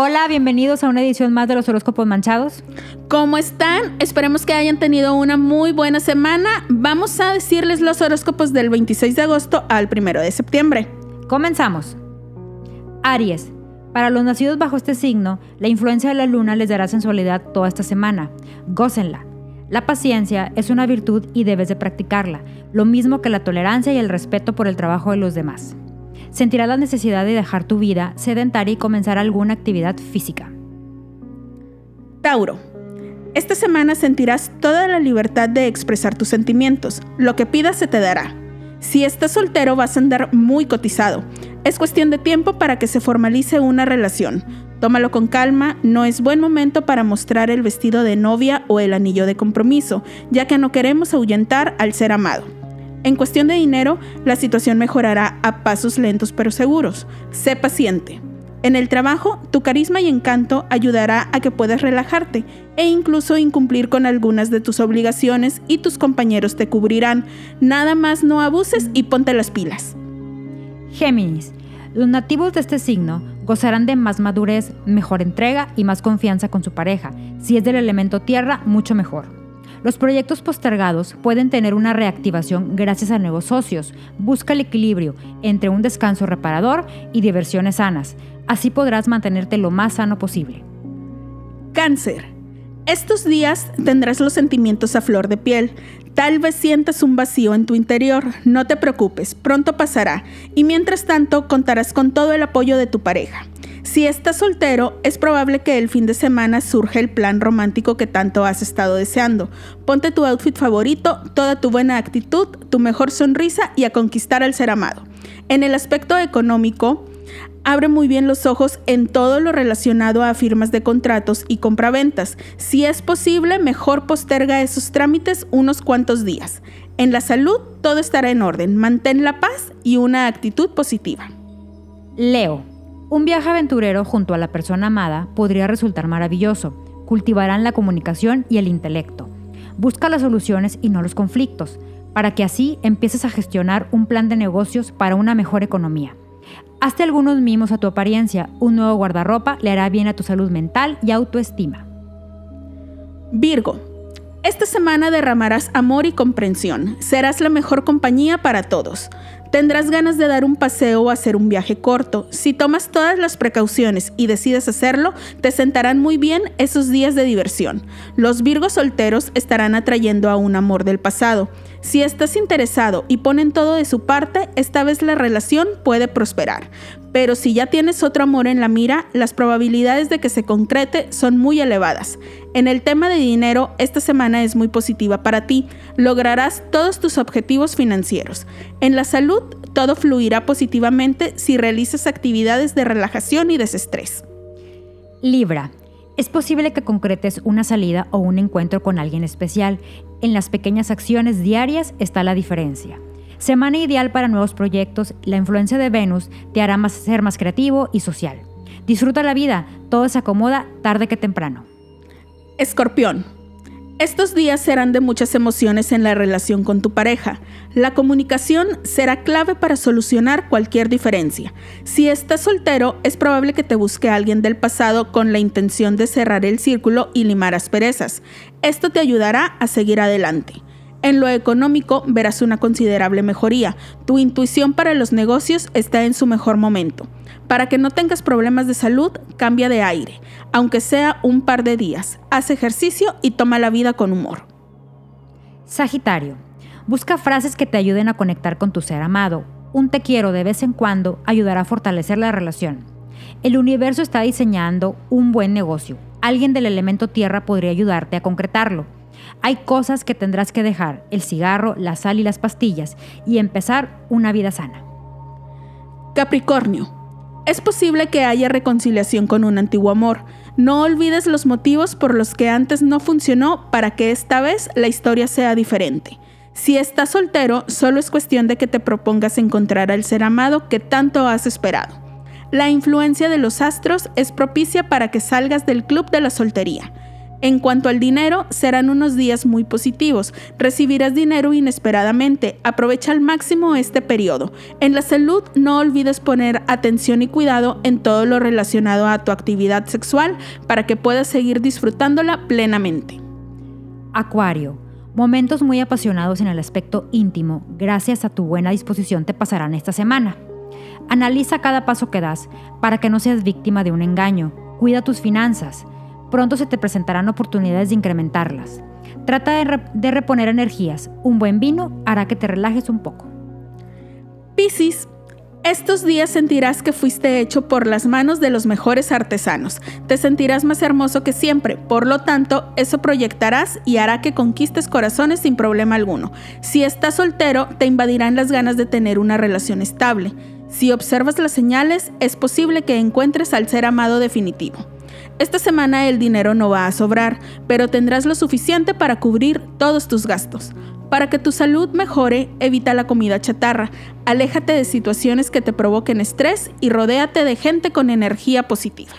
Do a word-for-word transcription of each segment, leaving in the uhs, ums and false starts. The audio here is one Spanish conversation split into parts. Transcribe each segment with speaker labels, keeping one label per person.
Speaker 1: Hola, bienvenidos a una edición más de los horóscopos manchados.
Speaker 2: ¿Cómo están? Esperemos que hayan tenido una muy buena semana. Vamos a decirles los horóscopos del veintiséis de agosto al primero de septiembre.
Speaker 1: Comenzamos. Aries. Para los nacidos bajo este signo, la influencia de la luna les dará sensualidad toda esta semana. Gócenla. La paciencia es una virtud y debes de practicarla, lo mismo que la tolerancia y el respeto por el trabajo de los demás. Sentirás la necesidad de dejar tu vida sedentaria y comenzar alguna actividad física.
Speaker 2: Tauro. Esta semana sentirás toda la libertad de expresar tus sentimientos. Lo que pidas se te dará. Si estás soltero vas a andar muy cotizado. Es cuestión de tiempo para que se formalice una relación. Tómalo con calma, no es buen momento para mostrar el vestido de novia o el anillo de compromiso, ya que no queremos ahuyentar al ser amado. En cuestión de dinero, la situación mejorará a pasos lentos pero seguros. Sé paciente. En el trabajo, tu carisma y encanto ayudará a que puedas relajarte e incluso incumplir con algunas de tus obligaciones y tus compañeros te cubrirán. Nada más no abuses y ponte las pilas.
Speaker 1: Géminis. Los nativos de este signo gozarán de más madurez, mejor entrega y más confianza con su pareja. Si es del elemento tierra, mucho mejor. Los proyectos postergados pueden tener una reactivación gracias a nuevos socios. Busca el equilibrio entre un descanso reparador y diversiones sanas. Así podrás mantenerte lo más sano posible.
Speaker 2: Cáncer. Estos días tendrás los sentimientos a flor de piel. Tal vez sientas un vacío en tu interior. No te preocupes, pronto pasará. Y mientras tanto, contarás con todo el apoyo de tu pareja. Si estás soltero, es probable que el fin de semana surja el plan romántico que tanto has estado deseando. Ponte tu outfit favorito, toda tu buena actitud, tu mejor sonrisa y a conquistar al ser amado. En el aspecto económico, abre muy bien los ojos en todo lo relacionado a firmas de contratos y compraventas. Si es posible, mejor posterga esos trámites unos cuantos días. En la salud, todo estará en orden. Mantén la paz y una actitud positiva.
Speaker 1: Leo. Un viaje aventurero junto a la persona amada podría resultar maravilloso. Cultivarán la comunicación y el intelecto. Busca las soluciones y no los conflictos, para que así empieces a gestionar un plan de negocios para una mejor economía. Hazte algunos mimos a tu apariencia. Un nuevo guardarropa le hará bien a tu salud mental y autoestima.
Speaker 2: Virgo. Esta semana derramarás amor y comprensión. Serás la mejor compañía para todos. Tendrás ganas de dar un paseo o hacer un viaje corto. Si tomas todas las precauciones y decides hacerlo, te sentarán muy bien esos días de diversión. Los Virgos solteros estarán atrayendo a un amor del pasado. Si estás interesado y ponen todo de su parte, esta vez la relación puede prosperar. Pero si ya tienes otro amor en la mira, las probabilidades de que se concrete son muy elevadas. En el tema de dinero, esta semana es muy positiva para ti. Lograrás todos tus objetivos financieros. En la salud, todo fluirá positivamente si realizas actividades de relajación y desestrés.
Speaker 1: Libra. Es posible que concretes una salida o un encuentro con alguien especial. En las pequeñas acciones diarias está la diferencia. Semana ideal para nuevos proyectos. La influencia de Venus te hará más, ser más creativo y social. Disfruta la vida, todo se acomoda tarde que temprano.
Speaker 2: Escorpión. Estos días serán de muchas emociones en la relación con tu pareja. La comunicación será clave para solucionar cualquier diferencia. Si estás soltero, es probable que te busque alguien del pasado con la intención de cerrar el círculo y limar asperezas. Esto te ayudará a seguir adelante. En lo económico verás una considerable mejoría. Tu intuición para los negocios está en su mejor momento. Para que no tengas problemas de salud, cambia de aire, aunque sea un par de días. Haz ejercicio y toma la vida con humor.
Speaker 1: Sagitario. Busca frases que te ayuden a conectar con tu ser amado. Un te quiero de vez en cuando ayudará a fortalecer la relación. El universo está diseñando un buen negocio. Alguien del elemento tierra podría ayudarte a concretarlo. Hay cosas que tendrás que dejar, el cigarro, la sal y las pastillas, y empezar una vida sana.
Speaker 2: Capricornio. Es posible que haya reconciliación con un antiguo amor. No olvides los motivos por los que antes no funcionó para que esta vez la historia sea diferente. Si estás soltero, solo es cuestión de que te propongas encontrar al ser amado que tanto has esperado. La influencia de los astros es propicia para que salgas del club de la soltería. En cuanto al dinero, serán unos días muy positivos. Recibirás dinero inesperadamente. Aprovecha al máximo este periodo. En la salud, no olvides poner atención y cuidado en todo lo relacionado a tu actividad sexual para que puedas seguir disfrutándola plenamente.
Speaker 1: Acuario. Momentos muy apasionados en el aspecto íntimo, gracias a tu buena disposición, te pasarán esta semana. Analiza cada paso que das para que no seas víctima de un engaño. Cuida tus finanzas. Pronto se te presentarán oportunidades de incrementarlas. Trata de, rep- de reponer energías. Un buen vino hará que te relajes un poco.
Speaker 2: Piscis. Estos días sentirás que fuiste hecho por las manos de los mejores artesanos. Te sentirás más hermoso que siempre, por lo tanto, eso proyectarás y hará que conquistes corazones sin problema alguno. Si estás soltero, te invadirán las ganas de tener una relación estable. Si observas las señales, es posible que encuentres al ser amado definitivo. Esta semana el dinero no va a sobrar, pero tendrás lo suficiente para cubrir todos tus gastos. Para que tu salud mejore, evita la comida chatarra, aléjate de situaciones que te provoquen estrés y rodéate de gente con energía positiva.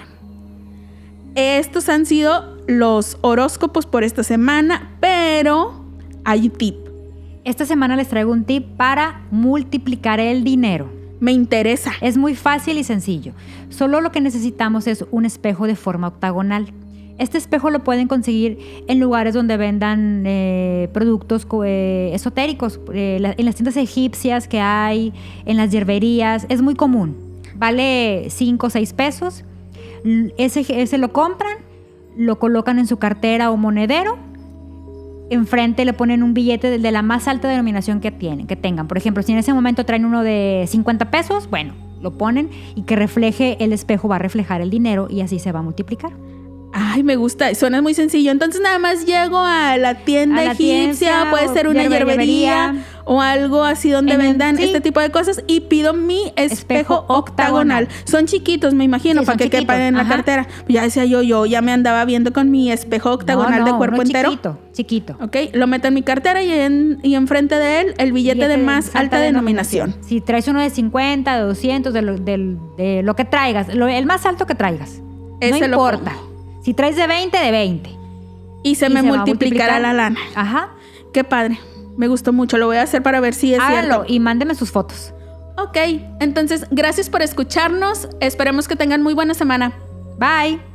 Speaker 2: Estos han sido los horóscopos por esta semana, pero hay un tip.
Speaker 1: Esta semana les traigo un tip para multiplicar el dinero.
Speaker 2: Me interesa.
Speaker 1: Es muy fácil y sencillo. Solo lo que necesitamos es un espejo de forma octagonal. Este espejo lo pueden conseguir en lugares donde vendan eh, productos eh, esotéricos, eh, la, en las tiendas egipcias que hay, en las hierberías. Es muy común. Vale cinco o seis pesos. Ese, ese lo compran, lo colocan en su cartera o monedero. Enfrente le ponen un billete de, de la más alta denominación que tienen, que tengan. Por ejemplo, si en ese momento traen uno de cincuenta pesos, bueno, lo ponen y que refleje, el espejo va a reflejar el dinero y así se va a multiplicar.
Speaker 2: Ay, me gusta, suena muy sencillo. Entonces nada más llego a la tienda
Speaker 1: a la
Speaker 2: egipcia,
Speaker 1: tienda,
Speaker 2: puede ser una hierbería o algo así donde
Speaker 1: en
Speaker 2: vendan
Speaker 1: el, sí.
Speaker 2: este tipo de cosas y pido mi espejo, espejo octagonal. octagonal. Son chiquitos, me imagino, sí, para que chiquitos. Quepan en Ajá. la cartera. Ya decía yo, yo ya me andaba viendo con mi espejo octagonal no, no, de cuerpo entero.
Speaker 1: Chiquito, chiquito.
Speaker 2: Ok, lo meto en mi cartera y, en, y enfrente de él el billete, billete de más de alta, alta denominación. denominación.
Speaker 1: Si traes uno de cincuenta, de doscientos, de lo, de, de lo que traigas, lo, el más alto que traigas. Ese no importa. Si traes de veinte, de veinte.
Speaker 2: Y se y me se multiplicará la lana.
Speaker 1: Ajá.
Speaker 2: Qué padre. Me gustó mucho. Lo voy a hacer para ver si es
Speaker 1: Hágalo
Speaker 2: cierto.
Speaker 1: Y mándeme sus fotos.
Speaker 2: Ok. Entonces, gracias por escucharnos. Esperemos que tengan muy buena semana.
Speaker 1: Bye.